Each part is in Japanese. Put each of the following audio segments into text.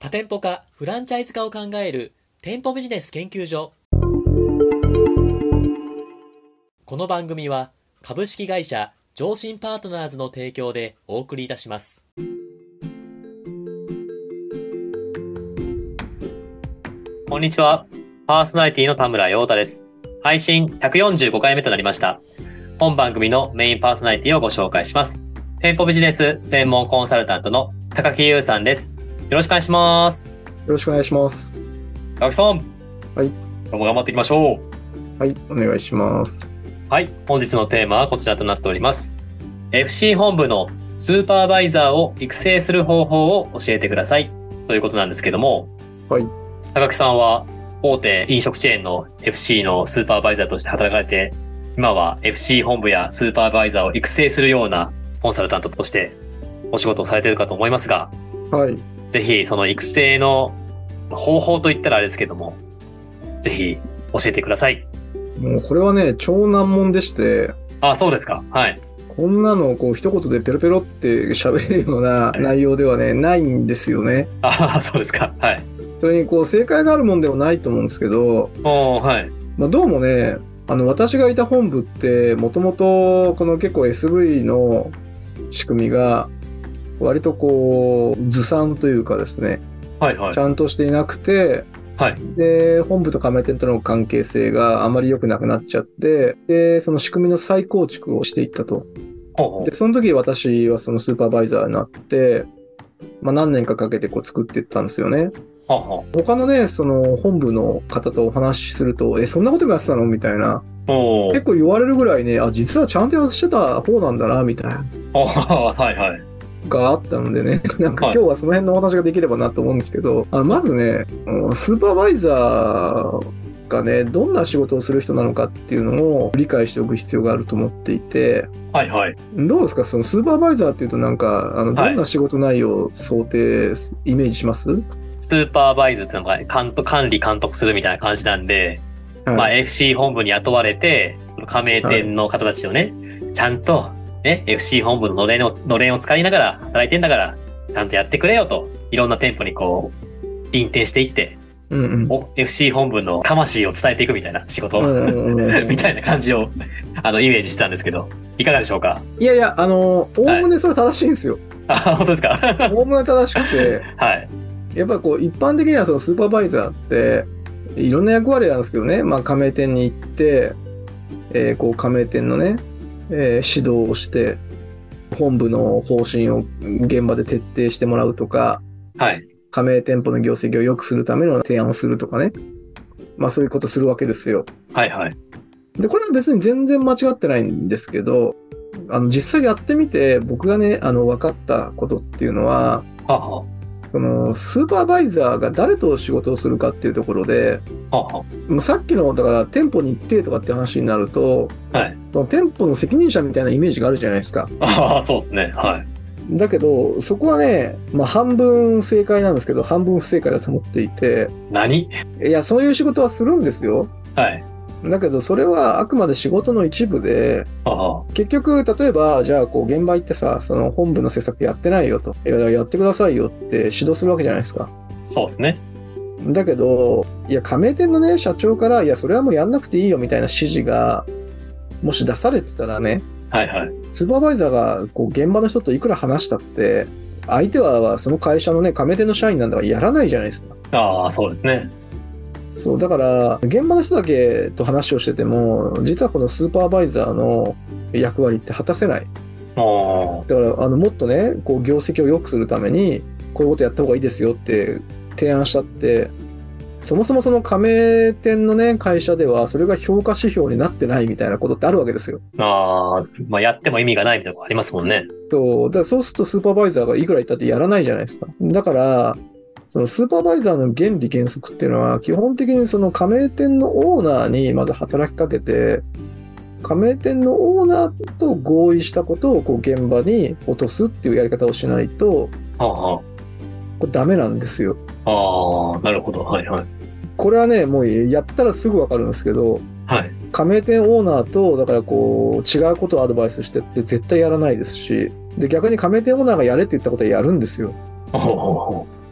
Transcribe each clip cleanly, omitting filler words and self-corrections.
多店舗化、フランチャイズ化を考える店舗ビジネス研究所。この番組は株式会社上信パートナーズの提供でお送りいたします。 こんにちは。パーソナリティの田村陽太です。配信145回目となりました。本番組のメインパーソナリティをご紹介します。店舗ビジネス専門コンサルタントの高木優さんです。よろしくお願いします。 よろしくお願いします。 高木さん。 はい。 今日も頑張っていきましょう。はい、お願いします。 はい。本日のテーマはこちらとなっております。FC 本部のスーパーバイザーを育成する方法を教えてください。ということなんですけども。 はい。 高木さんは大手飲食チェーンの FC のスーパーバイザーとして働かれて、今は FC 本部やスーパーバイザーを育成するようなコンサルタントとしてお仕事をされているかと思いますが、 はい。 ぜひその育成の方法といったらあれですけども、ぜひ教えてください。 もうこれはね、超難問でして。 あ、そうですか。はい。 こんなのをこう一言でペロペロって喋れるような内容ではね、ないんですよね。 あ、そうですか。はい。 それにこう正解があるもんではないと思うんですけど、 はい。 どうもね、私がいた本部ってもともとこの結構 SV の仕組みが割とこうずさんというかですね、 はいはい。 ちゃんとしていなくて、 はい。 で、本部と加盟店との関係性があまり良くなくなっちゃって、で、その仕組みの再構築をしていったと。で、その時私はそのスーパーバイザーになって、何年かかけてこう作っていったんですよね。他のね、その本部の方とお話しすると、そんなこともやってたのみたいな。結構言われるぐらいね、実はちゃんとやってた方なんだな、みたいな。 はいはい。 があったのでね、なんか今日はその辺のお話ができればなと思うんですけど、まずね、スーパーバイザーがね、どんな仕事をする人なのかっていうのを理解しておく必要があると思っていて、 はいはい。 どうですか、そのスーパーバイザーっていうとなんか、どんな仕事内容を想定、イメージします？ スーパーバイズっていうのが管理監督するみたいな感じなんで、はい、FC 本部に雇われて、その加盟店の方たちをね、ちゃんと、ね、FC 本部ののれんを使いながら働いてんだから、ちゃんとやってくれよと、いろんな店舗にこう、引転していって、FC 本部の魂を伝えていくみたいな仕事みたいな感じをイメージしてたんですけど、いかがでしょうか？ いやいや、おおむねそれ正しいんですよ。 あ、本当ですか？ おおむね正しくて、 はい。 やっぱこう一般的にはそのスーパーバイザーっていろんな役割なんですけどね、加盟店に行って、こう加盟店のね、指導をして本部の方針を現場で徹底してもらうとか、 はい、 加盟店舗の業績を良くするための提案をするとかね、そういうことするわけですよ。 はいはい。 でこれは別に全然間違ってないんですけど、実際やってみて僕がね分かったことっていうのは、そのスーパーバイザーが誰と仕事をするかっていうところで、もうさっきのだから店舗に行ってとかって話になると、その店舗の責任者みたいなイメージがあるじゃないですか。 そうですね。はい。 だけどそこはね、半分正解なんですけど半分不正解だと思っていて。 いや、そういう仕事はするんですよ。 はい。 だけどそれはあくまで仕事の一部で、結局例えばじゃあこう現場行ってさ、その本部の施策やってないよと、やってくださいよって指導するわけじゃないですか。 そうですね。 だけど加盟店のね社長から、それはもうやんなくていいよみたいな指示がもし出されてたらね、 はいはい、 スーパーバイザーがこう現場の人といくら話したって相手はその会社のね加盟店の社員なんだからやらないじゃないですか。 そうですね。 そうだから現場の人だけと話をしてても実はこのスーパーバイザーの役割って果たせない。だからもっとねこう業績を良くするためにこういうことやった方がいいですよって提案したって、そもそもその加盟店のね会社ではそれが評価指標になってないみたいなことってあるわけですよ。 やっても意味がないみたいなとこありますもんね。 だからそうするとスーパーバイザーがいくら言ったってやらないじゃないですか。だからそのスーパーバイザーの原理原則っていうのは基本的にその加盟店のオーナーにまず働きかけて、加盟店のオーナーと合意したことをこう現場に落とすっていうやり方をしないと、これダメなんですよ。 なるほど。はいはい。 これはねもうやったらすぐ分かるんですけど、 はい、 加盟店オーナーとだからこう違うことをアドバイスしてって絶対やらないですし、で逆に加盟店オーナーがやれって言ったことはやるんですよ。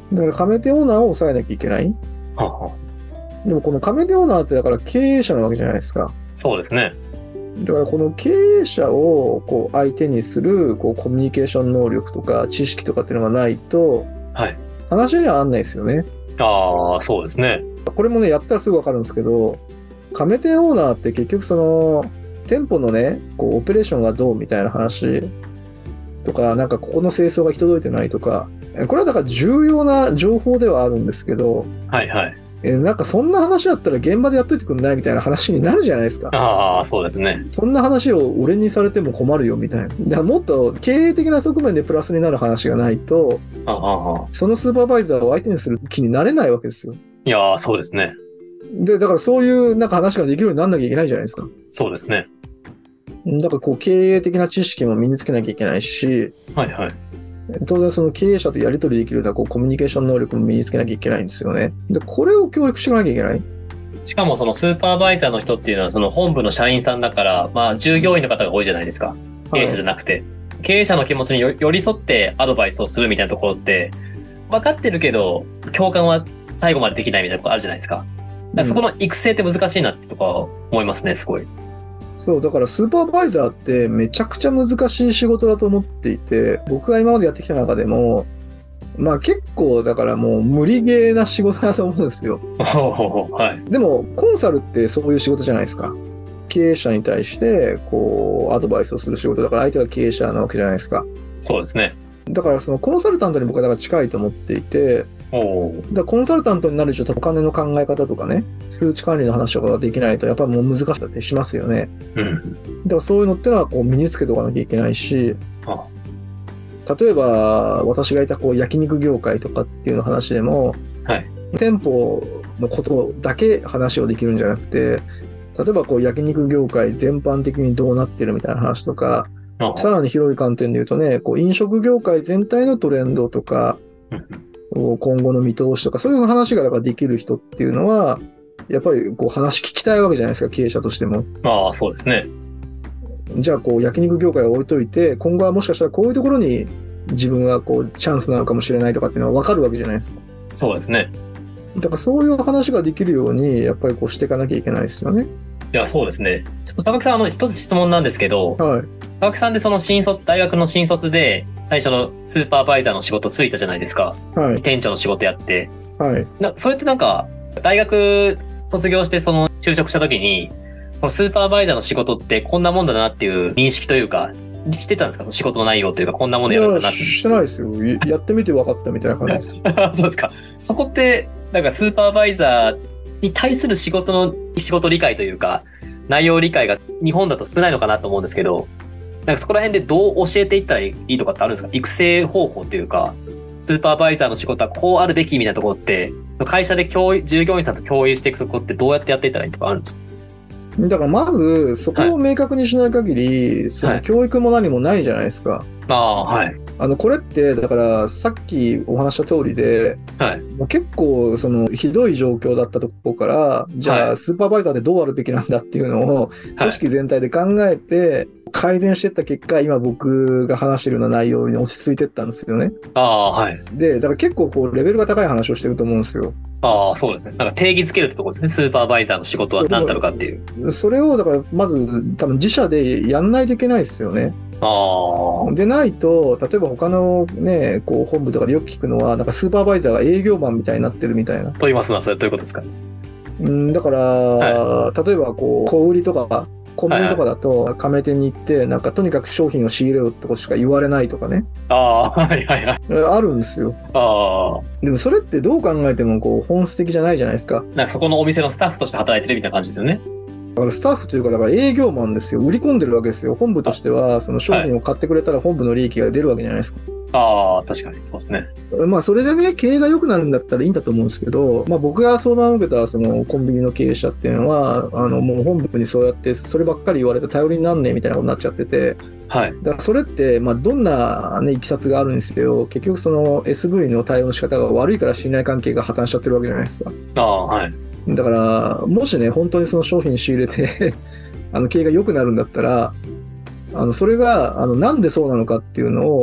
だから加盟店オーナーを抑えなきゃいけない。 はあはでもこの加盟店オーナーってだから経営者なわけじゃないですか。 そうですね。 だからこの経営者をこう相手にするこうコミュニケーション能力とか知識とかっていうのがないと、 はい。 話には合んないですよね。 ああ、そうですね。 これもね、やったらすぐわかるんですけど、加盟店オーナーって結局その、店舗のね、こうオペレーションがどうみたいな話とか、なんかここの清掃が行き届いてないとか、これはだから重要な情報ではあるんですけど、 はいはい。 なんかそんな話だったら現場でやっといてくんないみたいな話になるじゃないですか。 ああ、そうですね。 そんな話を俺にされても困るよみたいな。だからもっと経営的な側面でプラスになる話がないと、そのスーパーバイザーを相手にする気になれないわけですよ。 いやー、そうですね。 で、だからそういうなんか話ができるようにならなきゃいけないじゃないですか。 そうですね。 だからこう経営的な知識も身につけなきゃいけないし、 はいはい。 当然その経営者とやり取りできるようなこうコミュニケーション能力も身につけなきゃいけないんですよね。で、これを教育していかなきゃいけない。 しかもそのスーパーバイザーの人っていうのはその本部の社員さんだから、まあ従業員の方が多いじゃないですか。経営者じゃなくて。経営者の気持ちに寄り添ってアドバイスをするみたいなところって、分かってるけど、共感は最後までできないみたいなところあるじゃないですか。だからそこの育成って難しいなってとこは思いますね、すごい。 そう、だからスーパーバイザーってめちゃくちゃ難しい仕事だと思っていて、僕が今までやってきた中でも、まあ結構だからもう無理ゲーな仕事だと思うんですよ。 はい。 でもコンサルってそういう仕事じゃないですか。経営者に対してこうアドバイスをする仕事だから相手が経営者なわけじゃないですか。 そうですね。 だからそのコンサルタントに僕はだから近いと思っていて、だからコンサルタントになる以上お金の考え方とかね、数値管理の話とかができないとやっぱりもう難しかったりしますよね。 うん。 だからそういうのってのはこう身につけておかなきゃいけないし、例えば私がいたこう焼肉業界とかっていうの話でも、 はい、 店舗のことだけ話をできるんじゃなくて、例えばこう焼肉業界全般的にどうなってるみたいな話とか、さらに広い観点で言うとね、こう飲食業界全体のトレンドとか、今後の見通しとか、そういう話がだからできる人っていうのは、やっぱりこう話聞きたいわけじゃないですか、経営者としても。 ああ、そうですね。 じゃあこう焼肉業界を置いといて、今後はもしかしたらこういうところに自分はこうチャンスなのかもしれないとかっていうのは分かるわけじゃないですか。 そうですね。 だからそういう話ができるようにやっぱりこうしていかなきゃいけないですよね。 いや、そうですね。ちょっと高木さん、一つ質問なんですけど、 はい、 高木さんでその大学の新卒で最初のスーパーバイザーの仕事ついたじゃないですか。 はい、 店長の仕事やって。 はい、 それってなんか、大学卒業してその就職した時に、このスーパーバイザーの仕事ってこんなもんだなっていう認識というか、してたんですか？その仕事の内容というか、こんなものやるんだなって。 してないですよ。やってみて分かったみたいな感じです。 そうですか。そこって、なんかスーパーバイザーに対する仕事理解というか、内容理解が日本だと少ないのかなと思うんですけど、なんかそこら辺でどう教えていったらいいとかってあるんですか？育成方法っていうか、スーパーバイザーの仕事はこうあるべきみたいなところって、会社で従業員さんと共有していくところってどうやってやっていったらいいとかあるんですか？ だからまずそこを明確にしない限り、はい、その教育も何もないじゃないですか。 はい。 これってだからさっきお話した通りで、 はい、 結構そのひどい状況だったところからじゃあスーパーバイザーでどうあるべきなんだっていうのを組織全体で考えて改善していった結果、今僕が話してるような内容に落ち着いていったんですよね。 はい。 でだから結構こうレベルが高い話をしてると思うんですよ。 そうですね。なんか定義づけるってところですね。スーパーバイザーの仕事は何たるかっていう。 それをだからまず多分自社でやんないといけないですよね。でないと、例えば他のね、こう本部とかでよく聞くのは、なんかスーパーバイザーが営業マンみたいになってるみたいな。 と言いますのは、それどういうことですか？ だから、はい、例えばこう小売りとか、コンビニとかだと、加盟店に行って、なんかとにかく商品を仕入れろってことしか言われないとかね。 はいはいはい。 あるんですよ。でもそれってどう考えてもこう本質的じゃないじゃないですか。 なんかそこのお店のスタッフとして働いてるみたいな感じですよね。 だからスタッフというか、だから営業マンですよ。売り込んでるわけですよ。本部としては、その商品を買ってくれたら本部の利益が出るわけじゃないですか。 確かに、そうですね。 まあ、それでね、経営が良くなるんだったらいいんだと思うんですけど、まあ、僕が相談を受けた、その、コンビニの経営者っていうのは、もう本部にそうやって、そればっかり言われて頼りになんねえみたいなことになっちゃってて、 はい。 だからそれって、まあ、どんなね、いきさつがあるんですけど、結局その SV の対応の仕方が悪いから信頼関係が破綻しちゃってるわけじゃないですか。 はい。 だから、もしね、本当にその商品仕入れて、経営が良くなるんだったら、それが、なんでそうなのかっていうのを、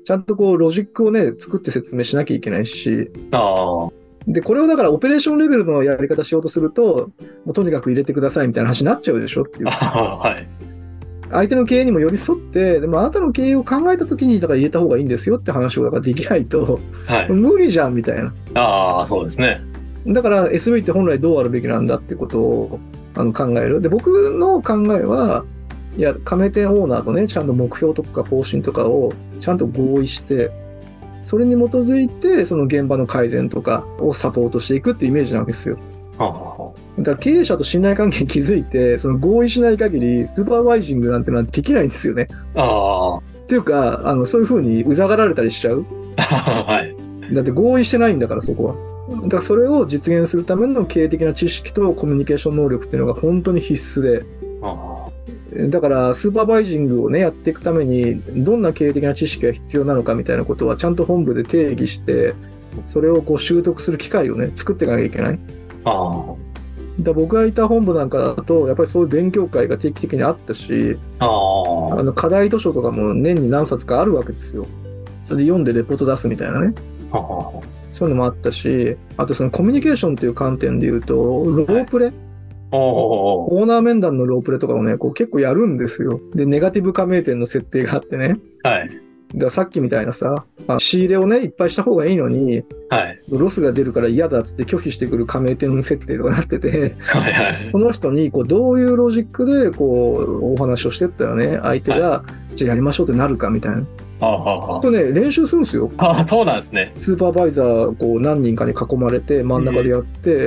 ちゃんとこうロジックをね、作って説明しなきゃいけないし、 ああ。 で、これをだからオペレーションレベルのやり方しようとすると、もうとにかく入れてくださいみたいな話になっちゃうでしょっていう。 はい。 相手の経営にも寄り添って、でもあなたの経営を考えたときに、だから入れた方がいいんですよって話をだからできないと、 はい。 無理じゃんみたいな。 ああ、そうですね。 だから SV って本来どうあるべきなんだってことを考える。で、僕の考えは、いや、加盟店オーナーとね、ちゃんと目標とか方針とかをちゃんと合意して、それに基づいて、その現場の改善とかをサポートしていくってイメージなわけですよ。だから経営者と信頼関係築いて、その合意しない限り、スーパーバイジングなんてのはできないんですよね。っていうか、そういうふうにうざがられたりしちゃう。 はい。 だって合意してないんだから、そこは。だからそれを実現するための経営的な知識とコミュニケーション能力っていうのが本当に必須で。だからスーパーバイジングをねやっていくためにどんな経営的な知識が必要なのかみたいなことはちゃんと本部で定義してそれをこう習得する機会をね作っていかなきゃいけない。だ僕がいた本部なんかだとやっぱりそういう勉強会が定期的にあったし課題図書とかも年に何冊かあるわけですよ。それで読んでレポート出すみたいなね。そういうのもあったし、あとそのコミュニケーションという観点で言うとロープレ、オーナー面談のロープレとかをね、こう結構やるんですよ。で、ネガティブ加盟店の設定があってね。 はい。 だからさっきみたいなさ、仕入れをね、いっぱいした方がいいのに、 はい。 ロスが出るから嫌だっつって拒否してくる加盟店設定とかなってて、 はいはい。 この人にこうどういうロジックでこうお話をしてったらね、相手が、じゃあやりましょうってなるかみたいな。これね、練習するんですよ。 そうなんですね。 スーパーバイザーこう何人かに囲まれて真ん中でやって、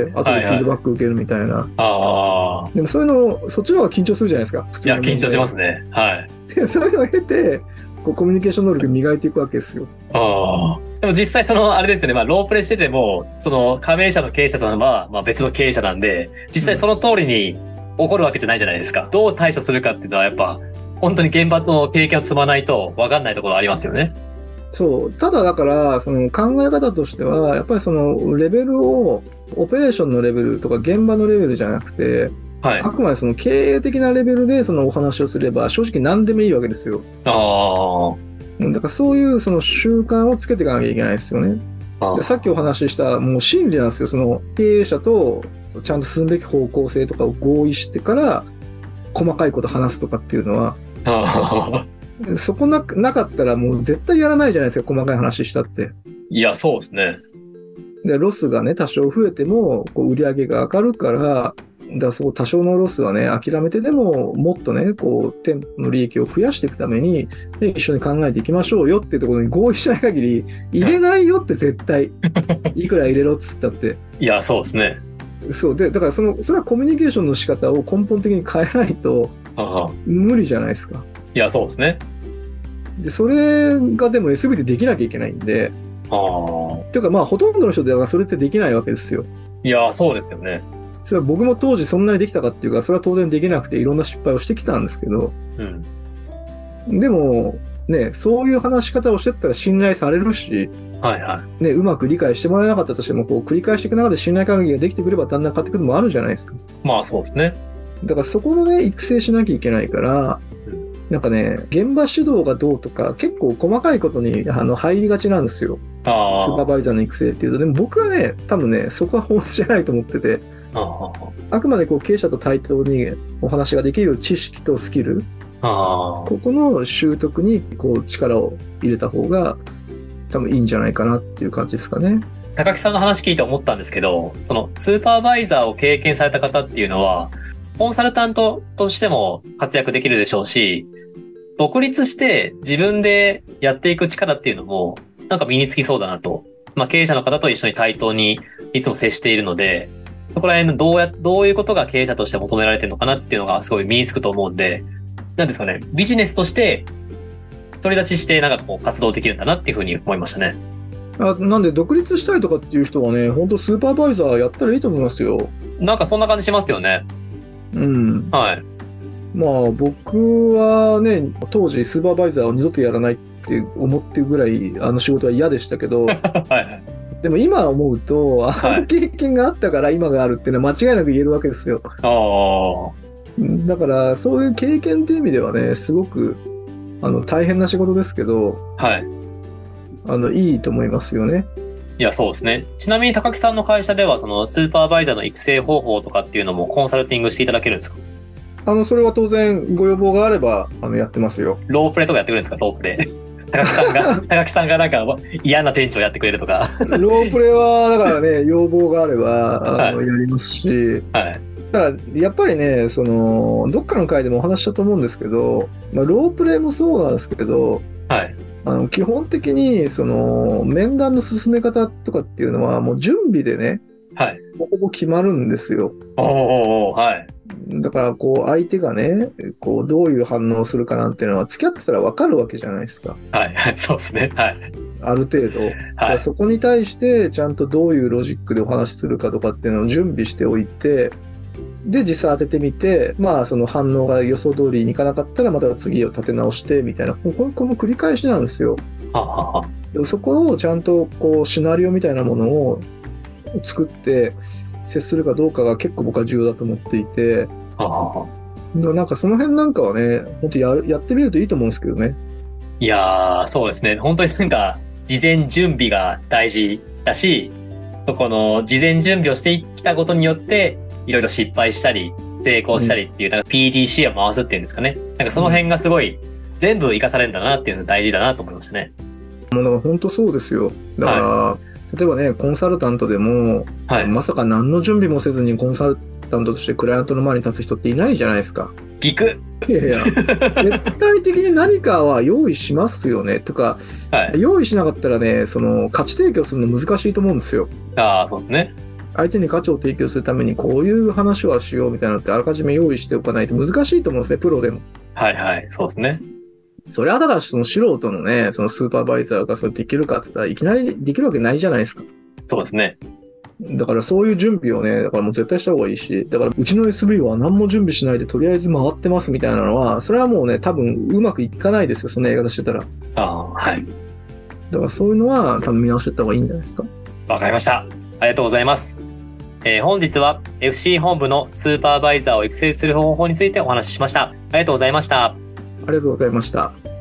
後でフィードバック受けるみたいな。でもそういうの、そっちの方が緊張するじゃないですか。 普通の。いや、緊張しますね。はい。 そういうのを経て、こうコミュニケーション能力磨いていくわけですよ。 でも実際あれですよね、ロープレしてても、加盟者の経営者さんは、別の経営者なんで、実際その通りに起こるわけじゃないじゃないですか。どう対処するかっていうのはやっぱ、本当に現場の経験を積まないと分かんないところありますよね。 そう。ただだから、その考え方としては、やっぱりそのレベルを、オペレーションのレベルとか現場のレベルじゃなくて、はい、あくまでその経営的なレベルでそのお話をすれば、正直何でもいいわけですよ。だからそういうその習慣をつけていかなきゃいけないですよね。でさっきお話ししたもう真理なんですよ。その経営者とちゃんと進むべき方向性とかを合意してから細かいこと話すとかっていうのはそこなかったらもう絶対やらないじゃないですか。細かい話したって。 いやそうですね。 でロスがね多少増えてもこう売り上げが上がるからそう多少のロスはね諦めてでももっとねこう店舗の利益を増やしていくために一緒に考えていきましょうよっていうところに合意しない限り入れないよって絶対いくら入れろっつったっていやそうですね。 そうでだからそれはコミュニケーションの仕方を根本的に変えないと無理じゃないですか。 いやそうですね。 でそれがでも SV でできなきゃいけないんでっていうかほとんどの人でだからそれってできないわけですよ。 いやそうですよね。 それは僕も当時そんなにできたかっていうかそれは当然できなくていろんな失敗をしてきたんですけど、でもねそういう話し方をしてったら信頼されるし、ね、うまく理解してもらえなかったとしてもこう繰り返していく中で信頼関係ができてくればだんだん変わってくるのもあるじゃないですか。 そうですね。 だからそこのね育成しなきゃいけないから、なんかね現場指導がどうとか結構細かいことに入りがちなんですよ。スーパーバイザーの育成っていうと。でも僕はね多分ねそこは本質じゃないと思ってて、あくまでこう経営者と対等にお話ができる知識とスキル、ここの習得にこう力を入れた方が多分いいんじゃないかなっていう感じですかね。 高木さんの話聞いて思ったんですけど、そのスーパーバイザーを経験された方っていうのはコンサルタントとしても活躍できるでしょうし、独立して自分でやっていく力っていうのもなんか身につきそうだなと。経営者の方と一緒に対等にいつも接しているので、そこら辺のどういうことが経営者として求められてるのかなっていうのがすごい身につくと思うんで、なんですかね、ビジネスとして独り立ちしてなんかこう活動できるんだなっていうふうに思いましたね。 なんで独立したいとかっていう人はね、本当スーパーバイザーやったらいいと思いますよ。 なんかそんな感じしますよね。はい。 僕はね、当時スーパーバイザーを二度とやらないって思ってるぐらい仕事は嫌でしたけど、でも今思うと経験があったから今があるっていうのは間違いなく言えるわけですよ。だからそういう経験っていう意味ではねすごく大変な仕事ですけど、 いいと思いますよね。 いや、そうですね。ちなみに高木さんの会社では、そのスーパーバイザーの育成方法とかっていうのもコンサルティングしていただけるんですか？ それは当然ご要望があれば、やってますよ。 ロープレとかやってくれるんですか？ロープレ。高木さんがなんか嫌な店長やってくれるとか。 ロープレは、だからね、要望があれば、やりますし、 はい。 ただ、やっぱりね、どっかの回でもお話ししたと思うんですけど、ロープレもそうなんですけど、 はい。 基本的に、面談の進め方とかっていうのは、もう準備でね、 はい。 ほぼ決まるんですよ。 はい。 だから、相手がね、どういう反応をするかなんていうのは、付き合ってたら分かるわけじゃないですか。 はい。そうですね。はい。 ある程度。 はい。 そこに対して、ちゃんとどういうロジックでお話しするかとかっていうのを準備しておいて、で、実際当ててみて、その反応が予想通りにいかなかったら、また次を立て直して、みたいな、この繰り返しなんですよ。そこをちゃんと、シナリオみたいなものを作って、接するかどうかが結構僕は重要だと思っていて、なんかその辺なんかはね、本当やってみるといいと思うんですけどね。 いやー、そうですね。本当になんか、事前準備が大事だし、そこの事前準備をしてきたことによって、いろいろ失敗したり、成功したりっていう、なんか PDC を回すっていうんですかね。なんかその辺がすごい、全部活かされるんだなっていうのが大事だなと思いましたね。 もうだから本当そうですよ。だから、例えばね、コンサルタントでも、まさか何の準備もせずにコンサルタントとしてクライアントの前に立つ人っていないじゃないですか。 聞く。 いやいや、絶対的に何かは用意しますよね。とか、用意しなかったらね、価値提供するの難しいと思うんですよ。 そうですね。 相手に価値を提供するためにこういう話はしようみたいなのってあらかじめ用意しておかないと難しいと思うんですね、プロでも。 そうですね。 それはだから素人のね、スーパーバイザーがそれできるかって言ったらいきなりできるわけないじゃないですか。 そうですね。 だからそういう準備をね、だからもう絶対した方がいいし、だからうちの SV は何も準備しないでとりあえず回ってますみたいなのは、それはもうね、多分うまくいかないですよ、そんなやり方してたら。 はい。 だからそういうのは多分見直していった方がいいんじゃないですか。 わかりました。ありがとうございます。本日は FC 本部のスーパーバイザーを育成する方法についてお話ししました。ありがとうございました。 ありがとうございました。